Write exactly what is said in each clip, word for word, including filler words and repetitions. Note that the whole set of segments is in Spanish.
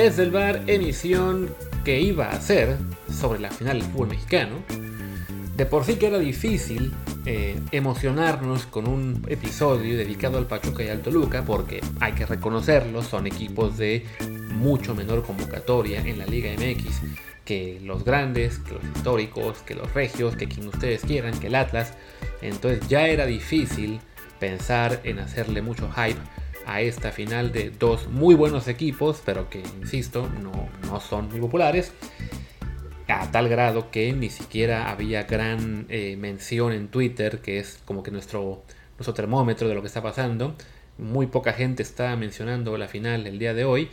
Desde el bar, emisión que iba a ser sobre la final del fútbol mexicano. De por sí que era difícil eh, emocionarnos con un episodio dedicado al Pachuca y al Toluca, porque hay que reconocerlo, son equipos de mucho menor convocatoria en la Liga M X que los grandes, que los históricos, que los regios, que quien ustedes quieran, que el Atlas. Entonces ya era difícil pensar en hacerle mucho hype a esta final de dos muy buenos equipos, pero que, insisto, no, no son muy populares, a tal grado que ni siquiera había gran eh, mención en Twitter, que es como que nuestro, nuestro termómetro de lo que está pasando. Muy poca gente está mencionando la final el día de hoy,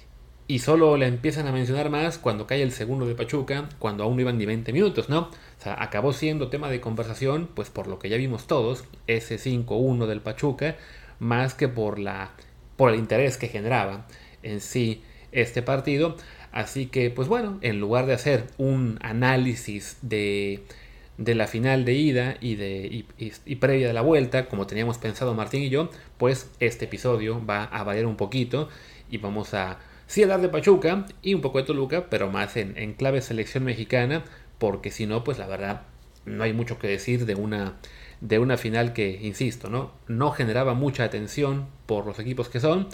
y solo la empiezan a mencionar más cuando cae el segundo de Pachuca, cuando aún no iban ni veinte minutos, ¿no? O sea, acabó siendo tema de conversación, pues por lo que ya vimos todos, ese cinco uno del Pachuca, más que por, la, por el interés que generaba en sí este partido. Así que, pues bueno, en lugar de hacer un análisis de, de la final de ida y, de, y, y, y previa de la vuelta, como teníamos pensado Martín y yo, pues este episodio va a variar un poquito y vamos a sí hablar de Pachuca y un poco de Toluca, pero más en, en clave selección mexicana, porque si no, pues la verdad no hay mucho que decir de una, de una final que, insisto, ¿no? no generaba mucha atención por los equipos que son,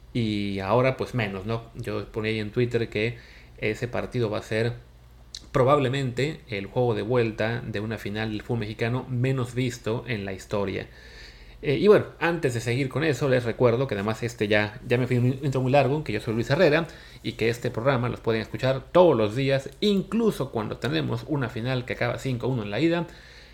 y ahora pues menos, ¿no? Yo ponía ahí en Twitter que ese partido va a ser probablemente el juego de vuelta de una final del fútbol mexicano menos visto en la historia. Eh, y bueno, antes de seguir con eso, les recuerdo que además este ya, ya me fui un intro muy largo, que yo soy Luis Herrera y que este programa los pueden escuchar todos los días, incluso cuando tenemos una final que acaba cinco uno en la ida,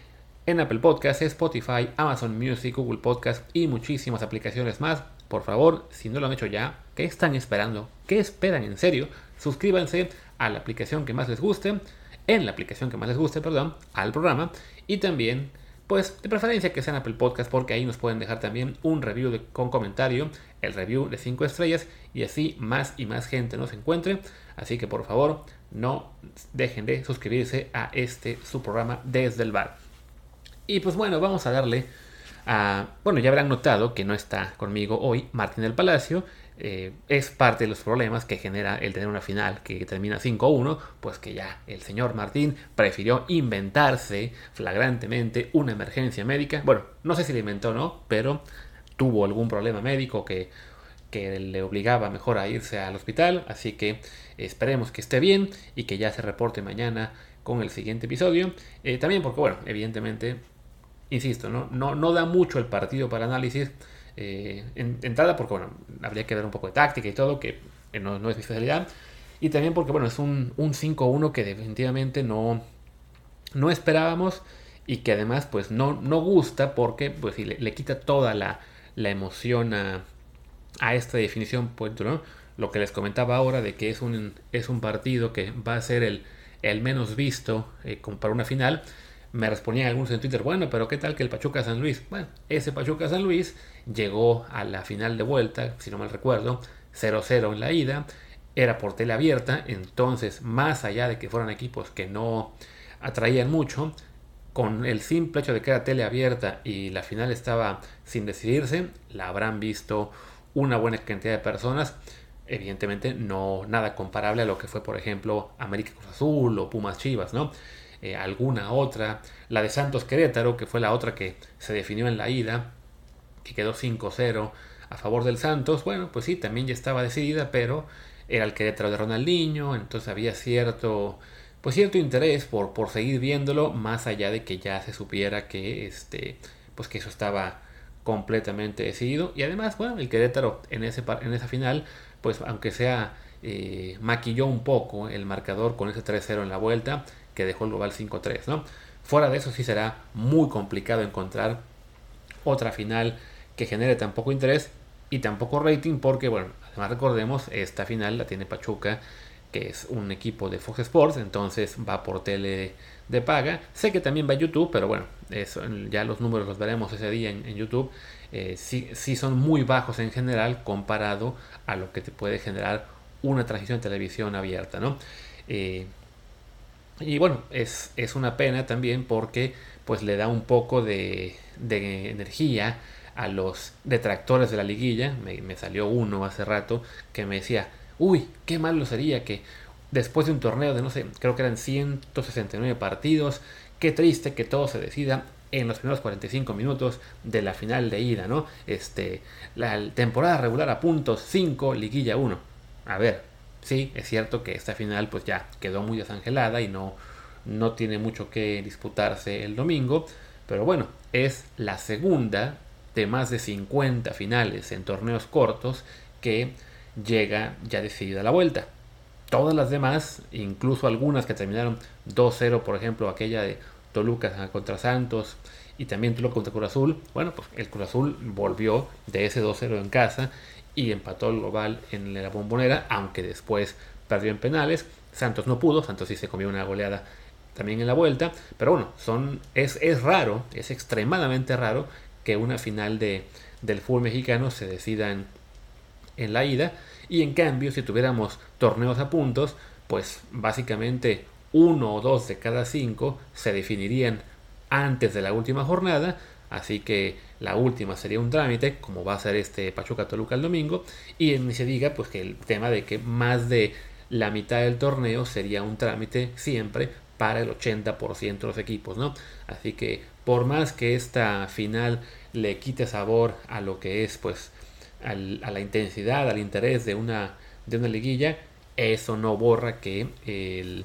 en Apple Podcasts, Spotify, Amazon Music, Google Podcasts y muchísimas aplicaciones más. Por favor, si no lo han hecho ya, ¿qué están esperando? ¿Qué esperan en serio? Suscríbanse a la aplicación que más les guste, en la aplicación que más les guste, perdón, al programa, y también, pues, de preferencia que sean Apple Podcast, porque ahí nos pueden dejar también un review de, con comentario, el review de cinco estrellas, y así más y más gente nos encuentre. Así que por favor, no dejen de suscribirse a este su programa Desde el Bar. Y pues bueno, vamos a darle a... Bueno, ya habrán notado que no está conmigo hoy Martín del Palacio. Eh, es parte de los problemas que genera el tener una final que termina cinco uno, pues que ya el señor Martín prefirió inventarse flagrantemente una emergencia médica. Bueno, no sé si la inventó o no, pero tuvo algún problema médico que, que le obligaba mejor a irse al hospital. Así que esperemos que esté bien y que ya se reporte mañana con el siguiente episodio. Eh, también porque, bueno, evidentemente, insisto, ¿no? No, no da mucho el partido para análisis. Eh, en, entrada porque, bueno, habría que ver un poco de táctica y todo, que eh, no, no es mi especialidad. Y también porque, bueno, es un, un cinco uno que definitivamente no, no esperábamos y que además, pues, no, no gusta porque, pues, sí, le, le quita toda la, la emoción a, a esta definición, pues, ¿no? Lo que les comentaba ahora de que es un, es un partido que va a ser el, el menos visto eh, para una final. Me respondían algunos en Twitter, bueno, pero ¿qué tal que el Pachuca San Luis? Bueno, ese Pachuca San Luis llegó a la final de vuelta, si no mal recuerdo, cero cero en la ida, era por tele abierta, entonces más allá de que fueran equipos que no atraían mucho, con el simple hecho de que era tele abierta y la final estaba sin decidirse, la habrán visto una buena cantidad de personas. Evidentemente no nada comparable a lo que fue, por ejemplo, América Cruz Azul o Pumas Chivas, ¿no? Eh, alguna otra, la de Santos Querétaro, que fue la otra que se definió en la ida, que quedó cinco cero a favor del Santos. Bueno, pues sí, también ya estaba decidida, pero era el Querétaro de Ronaldinho, entonces había cierto, pues cierto interés por, por seguir viéndolo, más allá de que ya se supiera que este, pues que eso estaba completamente decidido. Y además, bueno, el Querétaro en, ese, en esa final, pues aunque sea, eh, maquilló un poco el marcador con ese tres cero en la vuelta, que dejó el global cinco tres, ¿no? Fuera de eso sí será muy complicado encontrar otra final que genere tan poco interés y tan poco rating, porque, bueno, además recordemos, esta final la tiene Pachuca, que es un equipo de Fox Sports, entonces va por tele de paga. Sé que también va a YouTube, pero bueno, eso, ya los números los veremos ese día en, en YouTube. Eh, sí, sí son muy bajos en general comparado a lo que te puede generar una transmisión de televisión abierta, ¿no? Eh, y bueno, es, es una pena también porque pues le da un poco de, de energía a los detractores de la liguilla. Me, me salió uno hace rato que me decía, uy, qué malo sería que después de un torneo de, no sé, creo que eran ciento sesenta y nueve partidos, qué triste que todo se decida en los primeros cuarenta y cinco minutos de la final de ida, ¿no? Este, la temporada regular a puntos cinco, liguilla uno. A ver, sí, es cierto que esta final pues ya quedó muy desangelada y no, no tiene mucho que disputarse el domingo, pero bueno, es la segunda de más de cincuenta finales en torneos cortos que llega ya decidida la vuelta. Todas las demás, incluso algunas que terminaron dos cero, por ejemplo, aquella de Toluca contra Santos y también Toluca contra Cruz Azul, bueno, pues el Cruz Azul volvió de ese dos cero en casa y empató el global en la Bombonera, aunque después perdió en penales. Santos no pudo, Santos sí se comió una goleada también en la vuelta, pero bueno, son, es, es raro, es extremadamente raro que una final de, del fútbol mexicano se decida en, en la ida, y en cambio si tuviéramos torneos a puntos, pues básicamente uno o dos de cada cinco se definirían antes de la última jornada, así que la última sería un trámite, como va a ser este Pachuca Toluca el domingo, y ni se diga pues que el tema de que más de la mitad del torneo sería un trámite siempre para el ochenta por ciento de los equipos, ¿no? Así que por más que esta final le quite sabor a lo que es pues al, a la intensidad, al interés de una, de una liguilla, eso no borra que el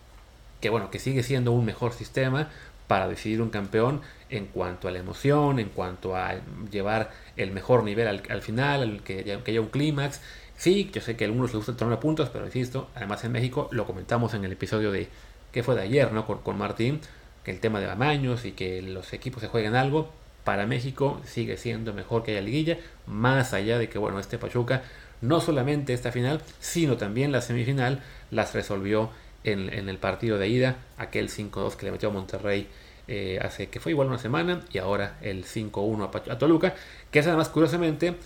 que bueno, que sigue siendo un mejor sistema para decidir un campeón en cuanto a la emoción, en cuanto a llevar el mejor nivel al, al final, al que, que haya un clímax. Sí, yo sé que a algunos les gusta el torneo de puntos, pero insisto, además en México, lo comentamos en el episodio de que fue de ayer, ¿no? Con, con Martín, que el tema de amaños y que los equipos se jueguen algo, para México sigue siendo mejor que haya liguilla, más allá de que, bueno, este Pachuca, no solamente esta final, sino también la semifinal, las resolvió en, en el partido de ida, aquel cinco dos que le metió a Monterrey eh, hace que fue igual una semana, y ahora el cinco uno a, a Toluca, que es además curiosamente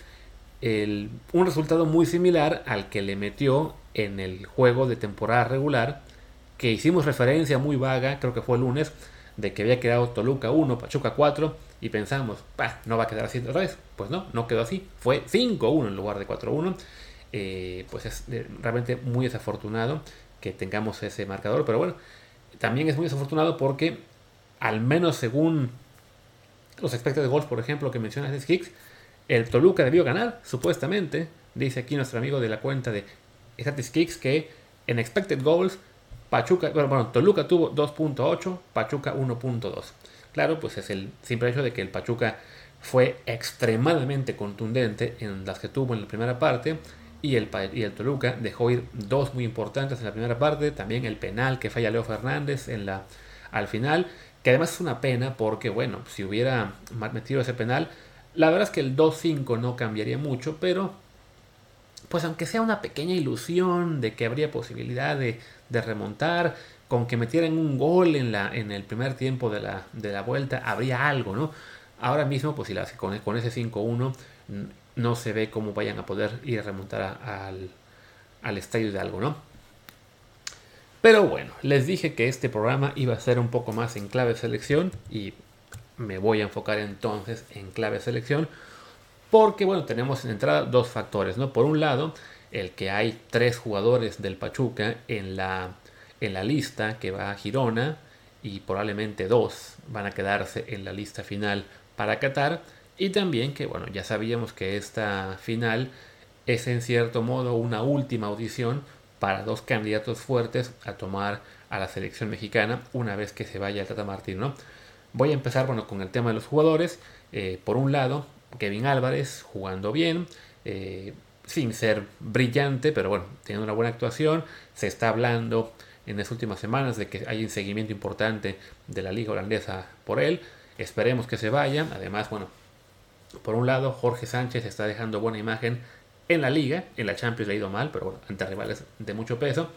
el, un resultado muy similar al que le metió en el juego de temporada regular, que hicimos referencia muy vaga, creo que fue el lunes, de que había quedado Toluca uno, Pachuca cuatro, y pensamos, bah, no va a quedar así otra vez. Pues no, no quedó así, fue cinco uno en lugar de cuatro uno. Eh, pues es eh, realmente muy desafortunado que tengamos ese marcador, pero bueno, también es muy desafortunado porque, al menos según los expected goals, por ejemplo, que menciona Hicks, el Toluca debió ganar, supuestamente. Dice aquí nuestro amigo de la cuenta de Statistics que en expected goals, Pachuca, bueno, bueno Toluca tuvo dos punto ocho, Pachuca uno punto dos. Claro, pues es el simple hecho de que el Pachuca fue extremadamente contundente en las que tuvo en la primera parte, y el, y el Toluca dejó ir dos muy importantes en la primera parte, también el penal que falla Leo Fernández en la, al final, que además es una pena porque, bueno, si hubiera metido ese penal, la verdad es que el dos cinco no cambiaría mucho, pero pues aunque sea una pequeña ilusión de que habría posibilidad de, de remontar, con que metieran un gol en, la, en el primer tiempo de la, de la vuelta, habría algo, ¿no? Ahora mismo, pues si la, con, con ese cinco uno, no se ve cómo vayan a poder ir a remontar a, al, al estadio de algo, ¿no? Pero bueno, les dije que este programa iba a ser un poco más en clave selección, y me voy a enfocar entonces en clave selección, porque bueno, tenemos en entrada dos factores, ¿no? Por un lado, el que hay tres jugadores del Pachuca en la, en la lista que va a Girona, y probablemente dos van a quedarse en la lista final para Qatar, y también que bueno, ya sabíamos que esta final es en cierto modo una última audición para dos candidatos fuertes a tomar a la selección mexicana una vez que se vaya el Tata Martino, ¿no? Voy a empezar bueno, con el tema de los jugadores. Eh, por un lado, Kevin Álvarez jugando bien, eh, sin ser brillante, pero bueno, teniendo una buena actuación. Se está hablando en las últimas semanas de que hay un seguimiento importante de la liga holandesa por él. Esperemos que se vaya. Además, bueno, por un lado, Jorge Sánchez está dejando buena imagen en la liga. En la Champions le ha ido mal, pero bueno, ante rivales de mucho peso.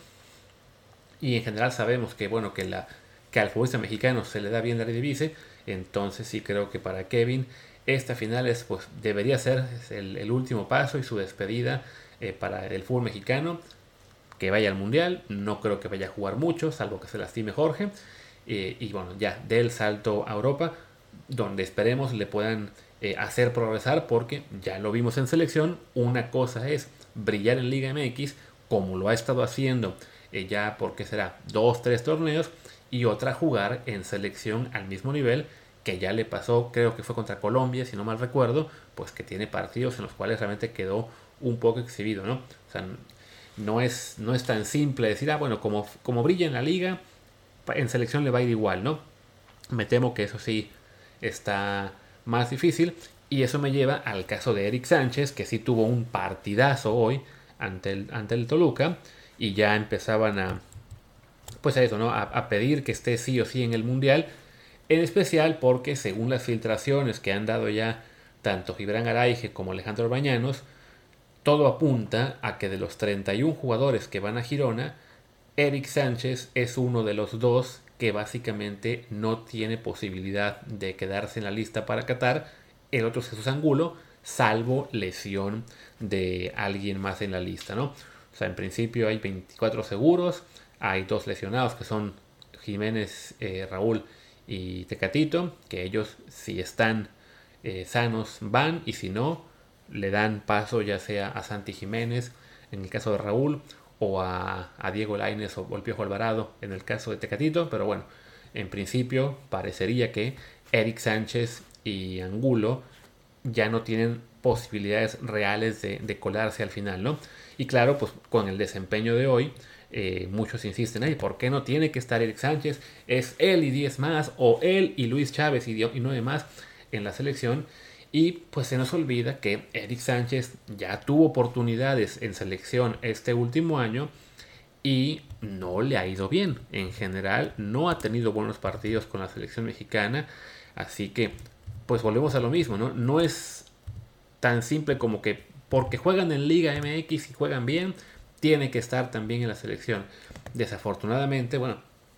Y en general sabemos que bueno, que, la, que al futbolista mexicano se le da bien la Eredivisie. Entonces sí creo que para Kevin esta final es, pues, debería ser el, el último paso y su despedida eh, para el fútbol mexicano. Que vaya al Mundial, no creo que vaya a jugar mucho, salvo que se lastime Jorge. Eh, y bueno, ya del salto a Europa, donde esperemos le puedan eh, hacer progresar, porque ya lo vimos en selección. Una cosa es brillar en Liga M X como lo ha estado haciendo eh, ya porque será dos, tres torneos, y otra jugar en selección al mismo nivel, que ya le pasó, creo que fue contra Colombia, si no mal recuerdo, pues que tiene partidos en los cuales realmente quedó un poco exhibido, ¿no? O sea, no es, no es tan simple decir, ah, bueno, como, como brilla en la liga, en selección le va a ir igual, ¿no? Me temo que eso sí está más difícil, y eso me lleva al caso de Eric Sánchez, que sí tuvo un partidazo hoy ante el, ante el Toluca, y ya empezaban a, pues a eso, ¿no? A, a pedir que esté sí o sí en el Mundial, en especial porque según las filtraciones que han dado ya tanto Gibran Araige como Alejandro Bañanos, todo apunta a que de los treinta y uno jugadores que van a Girona, Eric Sánchez es uno de los dos que básicamente no tiene posibilidad de quedarse en la lista para Qatar. El otro es Jesús Angulo, salvo lesión de alguien más en la lista, ¿no? O sea, en principio hay veinticuatro seguros, hay dos lesionados que son Jiménez, eh, Raúl y Tecatito, que ellos si están eh, sanos van, y si no, le dan paso ya sea a Santi Jiménez en el caso de Raúl, o a, a Diego Lainez o el Piojo Alvarado en el caso de Tecatito. Pero bueno, en principio parecería que Eric Sánchez y Angulo ya no tienen posibilidades reales de, de colarse al final, ¿no? Y claro, pues con el desempeño de hoy, eh, muchos insisten, ay, ¿por qué no tiene que estar Eric Sánchez? Es él y diez más, o él y Luis Chávez y, y nueve más en la selección. Y pues se nos olvida que Eric Sánchez ya tuvo oportunidades en selección este último año y no le ha ido bien. En general no ha tenido buenos partidos con la selección mexicana. Así que pues volvemos a lo mismo, ¿no? No es tan simple como que porque juegan en Liga M X y juegan bien, tiene que estar también en la selección. Desafortunadamente, bueno,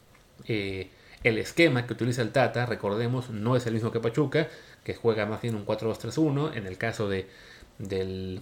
eh, el esquema que utiliza el Tata, recordemos, no es el mismo que Pachuca, que juega más bien un cuatro dos tres uno. En el caso de, del,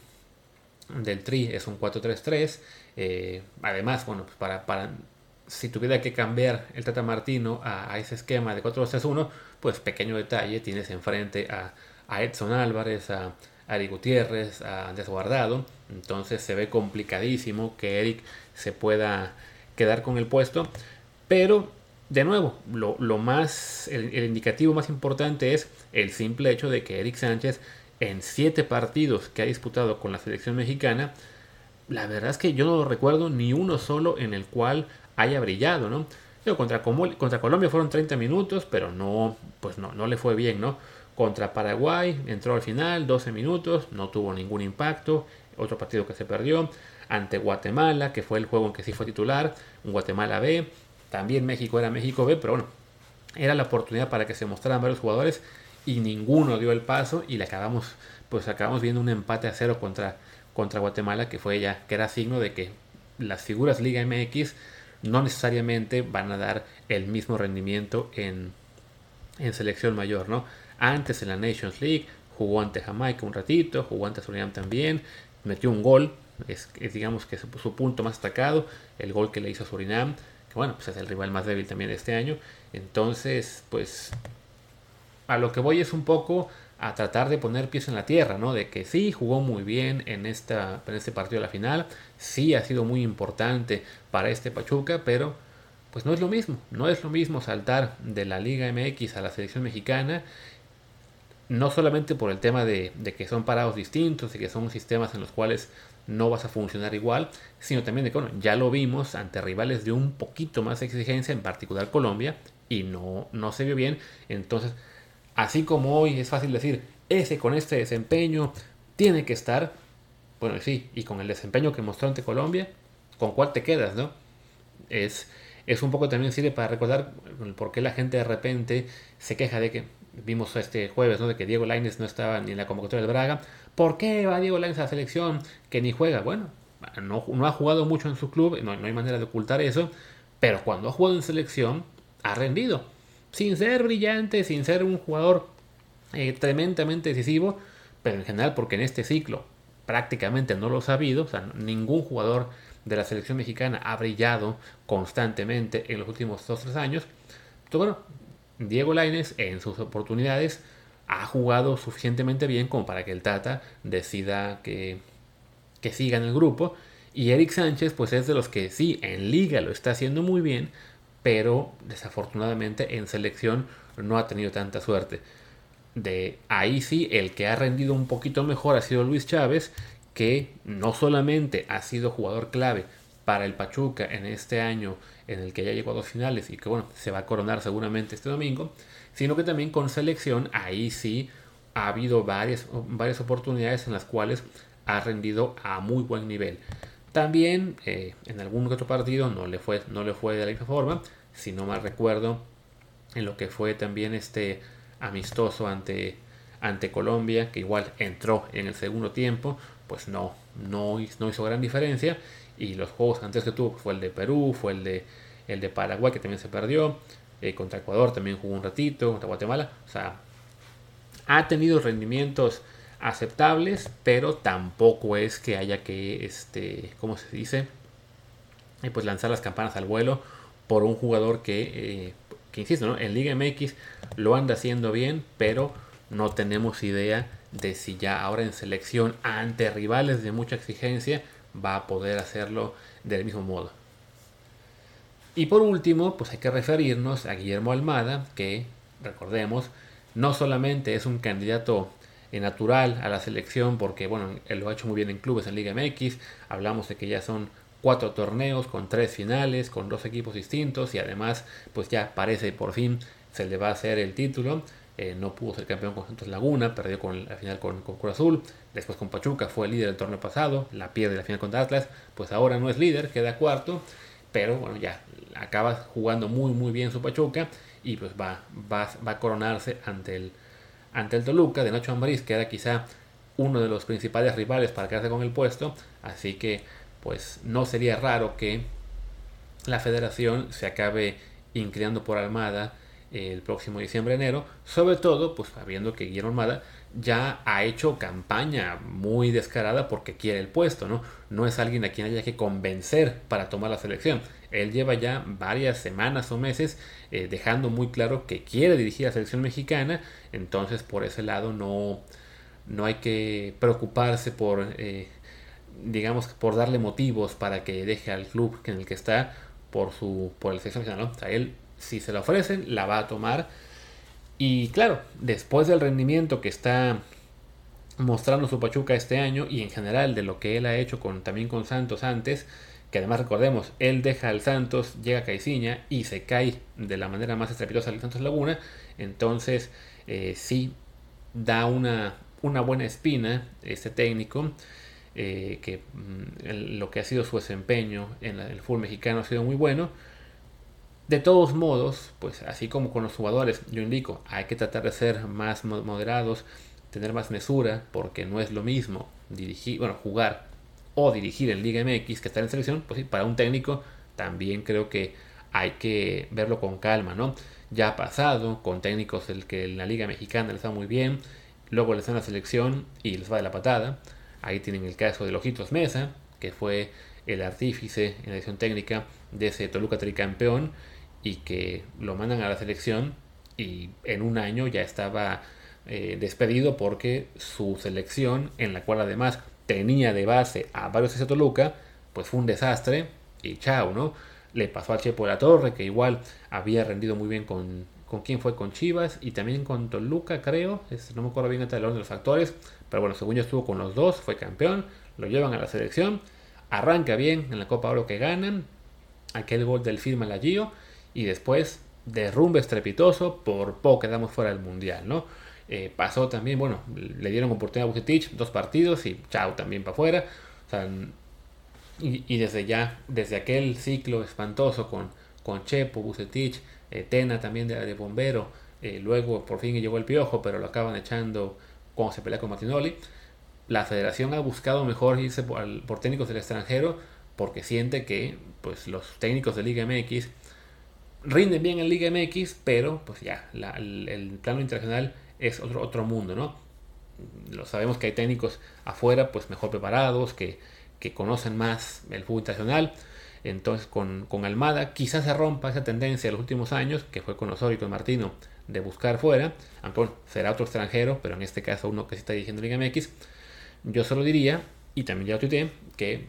del Tri es un cuatro tres tres. Eh, además, bueno, pues para, para si tuviera que cambiar el Tata Martino a, a ese esquema de cuatro dos tres uno, pues pequeño detalle, tienes enfrente a, a Edson Álvarez, a Ari Gutiérrez, a Andrés Guardado. Entonces se ve complicadísimo que Eric se pueda quedar con el puesto. Pero de nuevo, lo, lo más, el, el indicativo más importante es el simple hecho de que Eric Sánchez, en siete partidos que ha disputado con la selección mexicana, la verdad es que yo no recuerdo ni uno solo en el cual haya brillado, ¿no? Yo, contra, contra Colombia fueron treinta minutos, pero no, pues no, no le fue bien, ¿no? Contra Paraguay entró al final, doce minutos, no tuvo ningún impacto. Otro partido que se perdió. Ante Guatemala, que fue el juego en que sí fue titular, un Guatemala B. También México era México B, pero bueno, era la oportunidad para que se mostraran varios jugadores y ninguno dio el paso, y le acabamos, pues acabamos viendo un empate a cero contra, contra Guatemala, que fue ya, que era signo de que las figuras Liga M X no necesariamente van a dar el mismo rendimiento en, en selección mayor, ¿no? Antes en la Nations League jugó ante Jamaica un ratito, jugó ante Surinam también, metió un gol, es, es digamos que su, su punto más destacado, el gol que le hizo a Surinam, que bueno, pues es el rival más débil también de este año. Entonces, pues a lo que voy es un poco a tratar de poner pies en la tierra, ¿no? De que sí, jugó muy bien en, esta, en este partido de la final, sí ha sido muy importante para este Pachuca, pero pues no es lo mismo, no es lo mismo saltar de la Liga M X a la selección mexicana, no solamente por el tema de, de que son parados distintos y que son sistemas en los cuales no vas a funcionar igual, sino también de que, bueno, ya lo vimos ante rivales de un poquito más exigencia, en particular Colombia, y no, no se vio bien. Entonces, así como hoy es fácil decir, ese con este desempeño tiene que estar, bueno, sí, y con el desempeño que mostró ante Colombia, ¿con cuál te quedas, no? Es, es un poco también sirve para recordar por qué la gente de repente se queja de que, vimos este jueves, ¿no?, de que Diego Lainez no estaba ni en la convocatoria del Braga. ¿Por qué va Diego Lainez a la selección que ni juega? Bueno, no, no ha jugado mucho en su club, no, no hay manera de ocultar eso, pero cuando ha jugado en selección ha rendido, sin ser brillante, sin ser un jugador eh, tremendamente decisivo, pero en general porque en este ciclo prácticamente no lo ha sabido. O sea, ningún jugador de la selección mexicana ha brillado constantemente en los últimos dos o tres años. Entonces, bueno, Diego Lainez en sus oportunidades ha jugado suficientemente bien como para que el Tata decida que, que siga en el grupo, Y Eric Sánchez pues es de los que sí, en liga lo está haciendo muy bien, pero desafortunadamente en selección no ha tenido tanta suerte. De ahí sí, el que ha rendido un poquito mejor ha sido Luis Chávez, que no solamente ha sido jugador clave para el Pachuca en este año en el que ya llegó a dos finales y que bueno, se va a coronar seguramente este domingo, sino que también con selección, ahí sí ha habido varias, varias oportunidades en las cuales ha rendido a muy buen nivel. También eh, en algún otro partido no le, fue, no le fue de la misma forma, si no mal recuerdo, en lo que fue también este amistoso ante, ante Colombia, que igual entró en el segundo tiempo, pues no, no, no hizo gran diferencia. Y los juegos antes que tuvo fue el de Perú, fue el de, el de Paraguay, que también se perdió, eh, contra Ecuador también jugó un ratito, contra Guatemala. O sea, ha tenido rendimientos aceptables, pero tampoco es que haya que, este, ¿cómo se dice? Eh, pues lanzar las campanas al vuelo por un jugador que, eh, que insisto, ¿no? En Liga M X lo anda haciendo bien, pero no tenemos idea de si ya ahora en selección ante rivales de mucha exigencia va a poder hacerlo del mismo modo. Y por último, pues hay que referirnos a Guillermo Almada, que recordemos, no solamente es un candidato natural a la selección, porque bueno, él lo ha hecho muy bien en clubes en Liga M X, hablamos de que ya son cuatro torneos con tres finales, con dos equipos distintos y además pues ya parece por fin se le va a hacer el título. Eh, no pudo ser campeón con Santos Laguna, perdió con la final con, con Cruz Azul, después con Pachuca fue líder del torneo pasado, la pierde la final contra Atlas, pues ahora no es líder, queda cuarto, pero bueno, ya acaba jugando muy muy bien su Pachuca y pues va, va, va a coronarse ante el, ante el Toluca de Nacho Ambriz, que era quizá uno de los principales rivales para quedarse con el puesto, así que pues no sería raro que la federación se acabe inclinando por Almada el próximo diciembre-enero, sobre todo pues sabiendo que Guillermo Almada ya ha hecho campaña muy descarada porque quiere el puesto, ¿no? No es alguien a quien haya que convencer para tomar la selección. Él lleva ya varias semanas o meses eh, dejando muy claro que quiere dirigir a la selección mexicana, entonces por ese lado no, no hay que preocuparse por, eh, digamos, por darle motivos para que deje al club en el que está por, su, por la selección mexicana, ¿no? O sea, él, si se la ofrecen, la va a tomar. Y claro, después del rendimiento que está mostrando su Pachuca este año y en general de lo que él ha hecho con, también con Santos antes, que además recordemos, él deja al Santos, llega a Caixinha y se cae de la manera más estrepitosa al Santos Laguna, entonces eh, sí da una, una buena espina este técnico, eh, que mm, el, lo que ha sido su desempeño en la, el fútbol mexicano ha sido muy bueno. De todos modos, pues así como con los jugadores, yo indico, hay que tratar de ser más moderados, tener más mesura, porque no es lo mismo dirigir, bueno, jugar o dirigir en Liga M X que estar en selección. Pues sí, para un técnico también creo que hay que verlo con calma, ¿no? Ya ha pasado con técnicos el que en la Liga Mexicana les va muy bien, luego les dan la selección y les va de la patada. Ahí tienen el caso de Ojitos Meza, que fue el artífice en la edición técnica de ese Toluca tricampeón y que lo mandan a la selección y en un año ya estaba eh, despedido porque su selección, en la cual además tenía de base a varios de Toluca, pues fue un desastre y chao, ¿no? Le pasó a Chepo de la Torre, que igual había rendido muy bien con, con quién fue, con Chivas y también con Toluca, creo, es, no me acuerdo bien hasta el orden de los factores, pero bueno, según yo estuvo con los dos, fue campeón, lo llevan a la selección, arranca bien en la Copa Oro que ganan, aquel gol del firma la Gio, y después derrumbe estrepitoso, por poco quedamos fuera del Mundial, ¿no? Eh, pasó también, bueno, le dieron oportunidad a Vucetich, dos partidos y chao, también para afuera. O sea, y, y desde ya, desde aquel ciclo espantoso con, con Chepo, Vucetich, eh, Tena también de, de bombero, eh, luego por fin llegó el Piojo, pero lo acaban echando cuando se pelea con Martinoli. La federación ha buscado mejor irse por, por técnicos del extranjero porque siente que pues, los técnicos de Liga M X rinden bien en Liga M X, pero pues ya, la, el, el plano internacional es otro, otro mundo, ¿no? Lo sabemos que hay técnicos afuera pues mejor preparados, que, que conocen más el fútbol internacional. Entonces con, con Almada quizás se rompa esa tendencia de los últimos años, que fue con Osorio y con Martino, de buscar fuera, aunque bueno, será otro extranjero, pero en este caso uno que se está dirigiendo Liga M X. Yo solo diría, y también ya lo tuiteé, que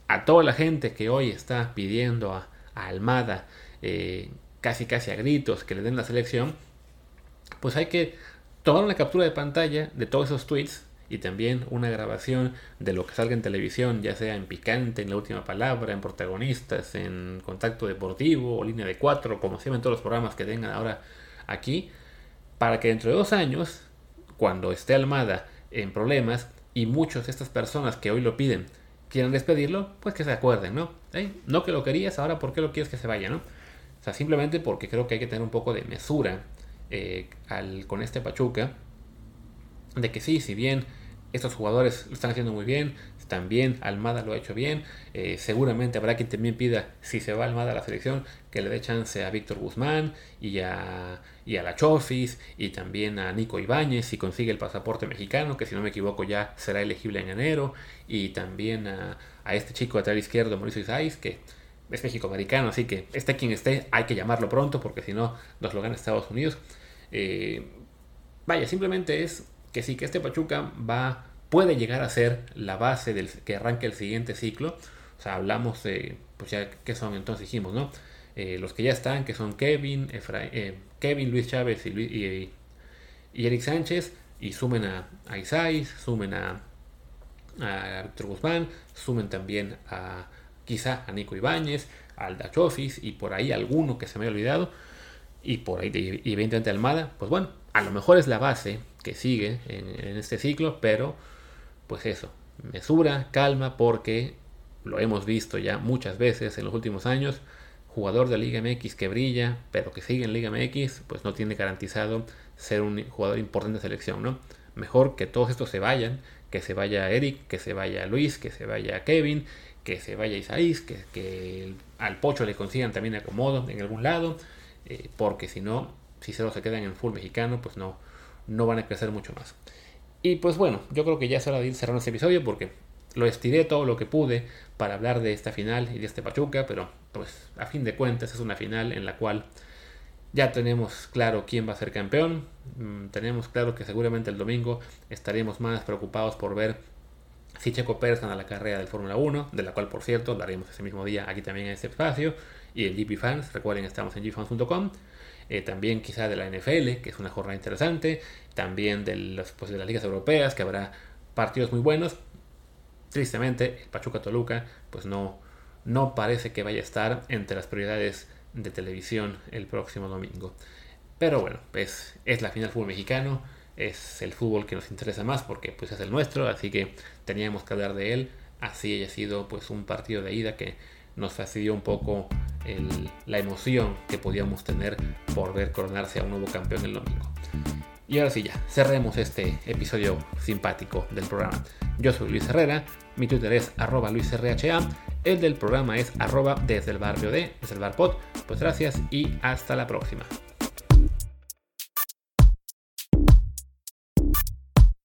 a toda la gente que hoy está pidiendo a, a Almada eh, casi casi a gritos que le den la selección, pues hay que tomar una captura de pantalla de todos esos tweets y también una grabación de lo que salga en televisión, ya sea en Picante, en La Última Palabra, en Protagonistas, en Contacto Deportivo o Línea de Cuatro, como se llaman todos los programas que tengan ahora aquí, para que dentro de dos años, cuando esté Almada en problemas y muchas de estas personas que hoy lo piden quieran despedirlo, pues que se acuerden, ¿no? ¿Eh? No que lo querías, ahora ¿por qué lo quieres que se vaya, no? O sea, simplemente porque creo que hay que tener un poco de mesura eh, al, con este Pachuca, de que sí, si bien estos jugadores lo están haciendo muy bien, también Almada lo ha hecho bien, eh, seguramente habrá quien también pida, si se va Almada a la selección, que le dé chance a Víctor Guzmán y a, y a la Chofis y también a Nico Ibáñez si consigue el pasaporte mexicano, que si no me equivoco ya será elegible en enero, y también a, a este chico lateral izquierdo, Mauricio Isais, que es mexicoamericano, así que esté quien esté, hay que llamarlo pronto porque si no nos lo gana Estados Unidos. Eh, vaya, simplemente es que sí, que este Pachuca va, puede llegar a ser la base del que arranque el siguiente ciclo. O sea, hablamos de, pues ya, ¿qué son entonces? Dijimos, ¿no? Eh, los que ya están, que son Kevin, Efra, eh, Kevin, Luis Chávez y, Luis, y, y Eric Sánchez, y sumen a, a Isais, sumen a, a Víctor Guzmán, sumen también a quizá a Nico Ibáñez, al Dachofis y por ahí alguno que se me haya olvidado, y por ahí y evidentemente Almada. Pues bueno, a lo mejor es la base que sigue en, en este ciclo, pero pues eso, mesura, calma, porque lo hemos visto ya muchas veces en los últimos años. Jugador de Liga M X que brilla, pero que sigue en Liga M X, pues no tiene garantizado ser un jugador importante de selección, ¿no? Mejor que todos estos se vayan, que se vaya Eric, que se vaya Luis, que se vaya Kevin, que se vaya Isais, que, que al Pocho le consigan también acomodo en algún lado, eh, porque si no, si solo se quedan en el fútbol mexicano, pues no, no van a crecer mucho más. Y pues bueno, yo creo que ya es hora de ir cerrando este episodio porque lo estiré todo lo que pude para hablar de esta final y de este Pachuca, pero pues a fin de cuentas es una final en la cual ya tenemos claro quién va a ser campeón. Mm, tenemos claro que seguramente el domingo estaremos más preocupados por ver si Checo Pérez gana la carrera del Fórmula uno, de la cual por cierto hablaremos ese mismo día aquí también en este espacio, y el G P Fans, recuerden estamos en G Fans punto com. Eh, también quizá de la N F L, que es una jornada interesante, también de, los, pues de las ligas europeas, que habrá partidos muy buenos. Tristemente, el Pachuca Toluca pues no, no parece que vaya a estar entre las prioridades de televisión el próximo domingo. Pero bueno, pues es la final del fútbol mexicano, es el fútbol que nos interesa más porque pues es el nuestro, así que teníamos que hablar de él, así haya sido pues un partido de ida que nos fastidió un poco el, la emoción que podíamos tener por ver coronarse a un nuevo campeón el domingo. Y ahora sí ya, cerremos este episodio simpático del programa. Yo soy Luis Herrera, mi Twitter es arroba luisrha, el del programa es arroba desde el barrio de, desde el bar pod. Pues gracias y hasta la próxima.